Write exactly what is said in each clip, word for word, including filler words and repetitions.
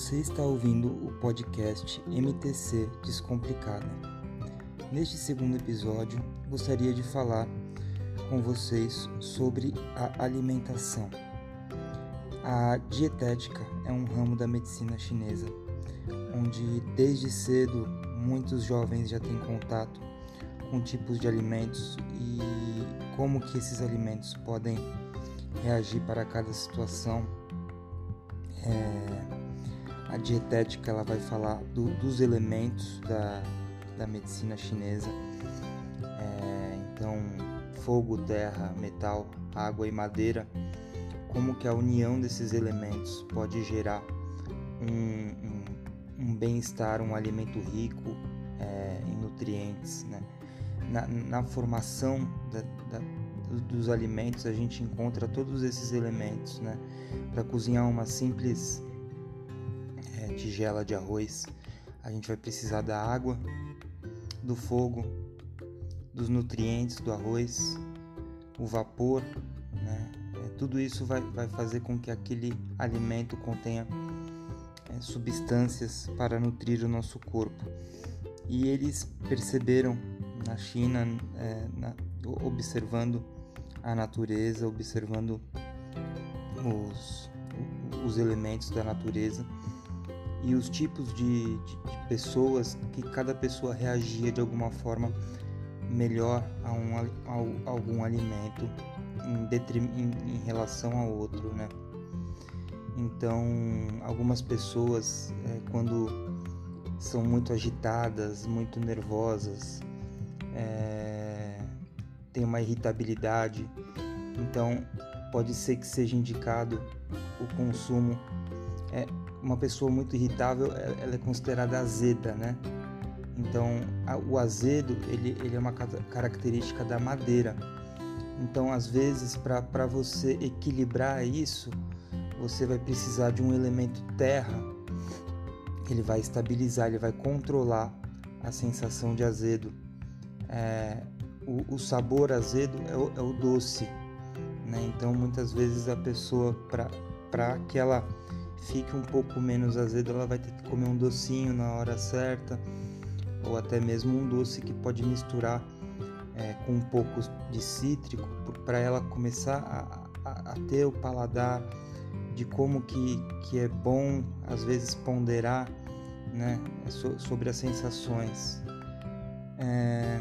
Você está ouvindo o podcast M T C Descomplicada. Neste segundo episódio, gostaria de falar com vocês sobre a alimentação. A dietética é um ramo da medicina chinesa, onde desde cedo muitos jovens já têm contato com tipos de alimentos e como que esses alimentos podem reagir para cada situação. É... A dietética ela vai falar do, dos elementos da, da medicina chinesa, é, então fogo, terra, metal, água e madeira, como que a união desses elementos pode gerar um, um, um bem-estar, um alimento rico é, em nutrientes, né? Na, na formação da, da, dos alimentos a gente encontra todos esses elementos, né? Para cozinhar uma simples tigela de arroz, a gente vai precisar da água, do fogo, dos nutrientes do arroz, o vapor, né? É, tudo isso vai, vai fazer com que aquele alimento contenha é, substâncias para nutrir o nosso corpo. E eles perceberam na China, é, na, observando a natureza, observando os, os elementos da natureza, e os tipos de, de, de pessoas, que cada pessoa reagia de alguma forma melhor a, um, a, a algum alimento em, detrim, em, em relação ao outro, né? Então, algumas pessoas, é, quando são muito agitadas, muito nervosas, é, têm uma irritabilidade, então pode ser que seja indicado o consumo. É, uma pessoa muito irritável, ela é considerada azeda, né? Então, a, o azedo, ele, ele é uma característica da madeira. Então, às vezes, para você equilibrar isso, você vai precisar de um elemento terra. Ele vai estabilizar, ele vai controlar a sensação de azedo. É, o, o sabor azedo é o, é o doce, né? Então, muitas vezes a pessoa, para que ela fique um pouco menos azedo, ela vai ter que comer um docinho na hora certa, ou até mesmo um doce que pode misturar é, com um pouco de cítrico, para ela começar a, a, a ter o paladar de como que, que é bom, às vezes, ponderar, né, so, sobre as sensações. É,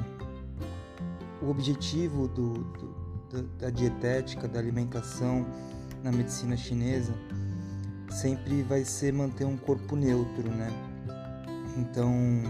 o objetivo do, do, da dietética, da alimentação na medicina chinesa sempre vai ser manter um corpo neutro, né? Então,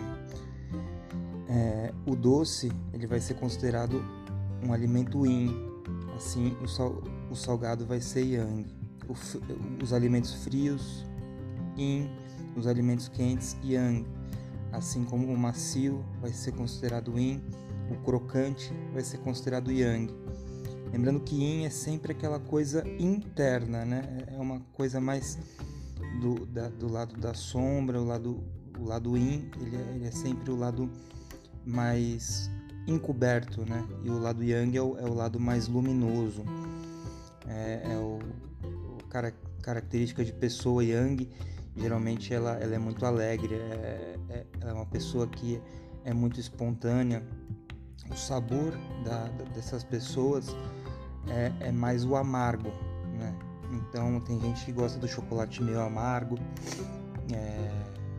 é, o doce ele vai ser considerado um alimento yin, assim o, sal, o salgado vai ser yang, o, os alimentos frios yin, os alimentos quentes yang, assim como o macio vai ser considerado yin, o crocante vai ser considerado yang. Lembrando que yin é sempre aquela coisa interna, né? É uma coisa mais do, da, do lado da sombra, o lado, o lado yin, ele é, ele é sempre o lado mais encoberto, né? E o lado yang é o, é o lado mais luminoso. É, é o, o cara, característica de pessoa yang, geralmente ela, ela é muito alegre, é, é, ela é uma pessoa que é muito espontânea. O sabor da, da, dessas pessoas é, é mais o amargo, né? Então tem gente que gosta do chocolate meio amargo. É...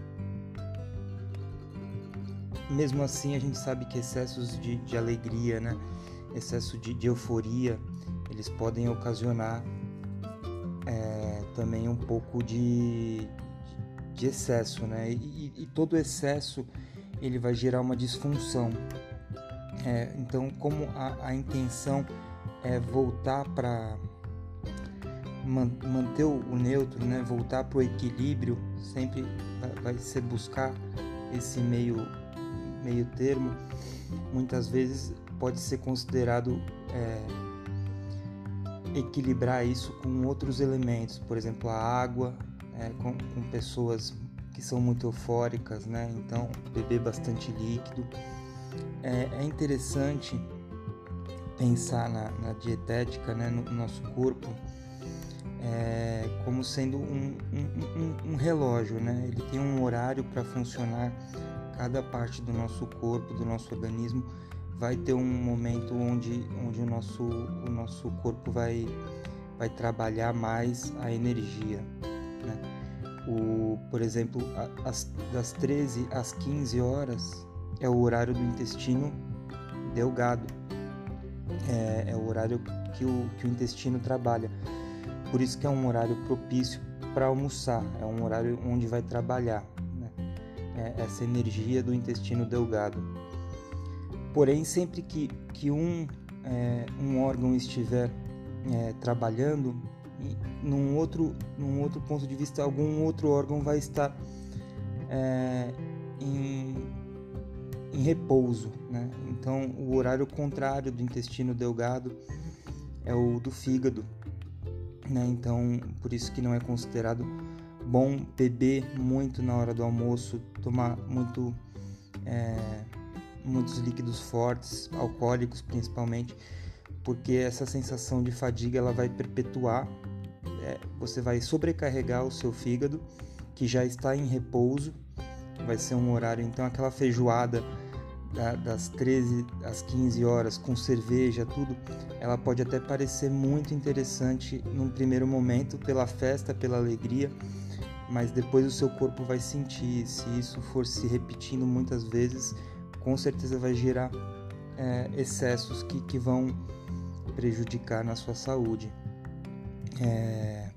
Mesmo assim, a gente sabe que excessos de, de alegria, né? Excesso de, de euforia, eles podem ocasionar é, também um pouco de, de excesso, né? E, e todo excesso ele vai gerar uma disfunção. É, então, como a, a intenção é voltar para man, manter o, o neutro, né? Voltar para o equilíbrio, sempre vai, vai ser buscar esse meio, meio termo. Muitas vezes pode ser considerado é, equilibrar isso com outros elementos, por exemplo, a água, é, com, com pessoas que são muito eufóricas, né? Então, beber bastante líquido. É, é interessante pensar na, na dietética, né, no nosso corpo, é, como sendo um, um, um, um relógio, né? Ele tem um horário para funcionar. Cada parte do nosso corpo, do nosso organismo, vai ter um momento onde, onde o, nosso, o nosso corpo vai, vai trabalhar mais a energia, né? O, por exemplo, as, das treze às quinze horas é o horário do intestino delgado, é, é o horário que o, que o intestino trabalha. Por isso que é um horário propício para almoçar, é um horário onde vai trabalhar, né? É, essa energia do intestino delgado. Porém, sempre que, que um, é, um órgão estiver é, trabalhando, num outro, num outro ponto de vista, algum outro órgão vai estar é, em, em repouso, né? Então, o horário contrário do intestino delgado é o do fígado, né? Então, por isso que não é considerado bom beber muito na hora do almoço, tomar muito, é, muitos líquidos fortes, alcoólicos principalmente, porque essa sensação de fadiga ela vai perpetuar, é, você vai sobrecarregar o seu fígado, que já está em repouso. Vai ser um horário, então aquela feijoada da, das treze às quinze horas com cerveja, tudo, ela pode até parecer muito interessante num primeiro momento, pela festa, pela alegria, mas depois o seu corpo vai sentir. Se isso for se repetindo muitas vezes, com certeza vai gerar é, excessos que, que vão prejudicar na sua saúde. É,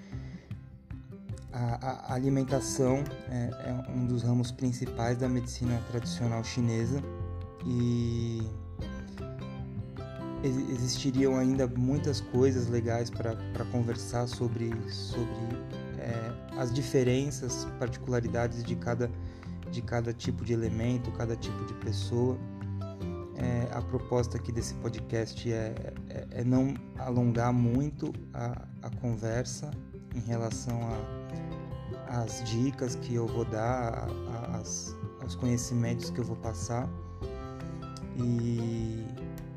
a, a alimentação é, é um dos ramos principais da medicina tradicional chinesa e existiriam ainda muitas coisas legais para conversar sobre, sobre é, as diferenças, particularidades de cada, de cada tipo de elemento, cada tipo de pessoa. É, a proposta aqui desse podcast é, é, é não alongar muito a, a conversa em relação às dicas que eu vou dar, a, as, aos conhecimentos que eu vou passar. E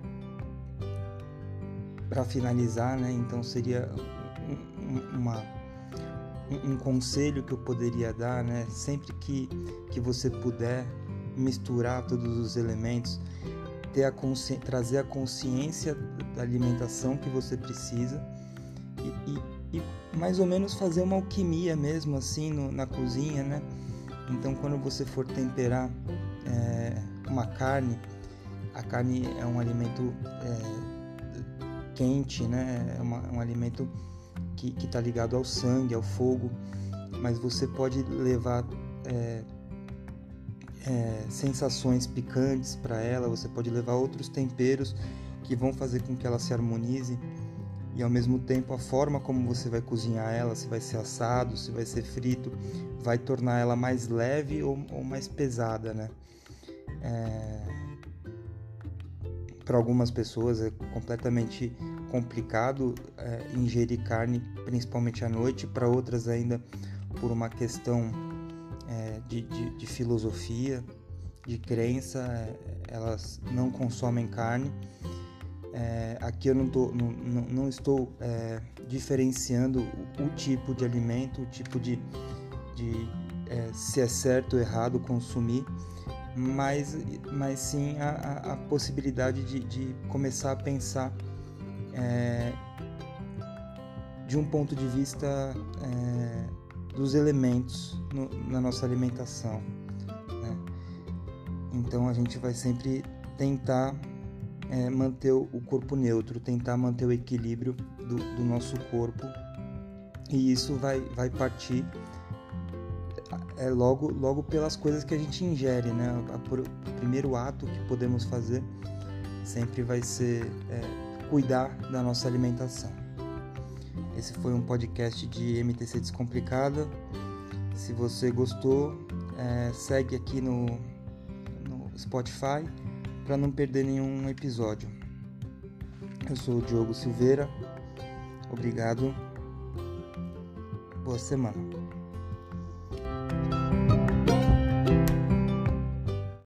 para finalizar, né, então seria um, uma, um, um conselho que eu poderia dar, né, sempre que, que você puder misturar todos os elementos, ter a consci... trazer a consciência da alimentação que você precisa e, e, e mais ou menos fazer uma alquimia mesmo assim no, na cozinha, né? Então, quando você for temperar é, uma carne, a carne é um alimento é, quente, né? É uma, um alimento que está ligado ao sangue, ao fogo, mas você pode levar é, É, sensações picantes para ela, você pode levar outros temperos que vão fazer com que ela se harmonize, e ao mesmo tempo a forma como você vai cozinhar ela, se vai ser assado, se vai ser frito, vai tornar ela mais leve ou, ou mais pesada, né? É... Para algumas pessoas é completamente complicado é, ingerir carne, principalmente à noite. Para outras ainda por uma questão É, de, de, de filosofia, de crença, é, elas não consomem carne. É, aqui eu não, tô, não, não estou é, diferenciando o, o tipo de alimento, o tipo de, de é, se é certo ou errado consumir, mas, mas sim a, a possibilidade de, de começar a pensar é, de um ponto de vista é, dos elementos no, na nossa alimentação, né? Então a gente vai sempre tentar é, manter o corpo neutro, tentar manter o equilíbrio do, do nosso corpo, e isso vai, vai partir é, logo, logo pelas coisas que a gente ingere, né? O primeiro ato que podemos fazer sempre vai ser é, cuidar da nossa alimentação. Esse foi um podcast de M T C Descomplicada. Se você gostou, é, segue aqui no, no Spotify para não perder nenhum episódio. Eu sou o Diogo Silveira. Obrigado. Boa semana.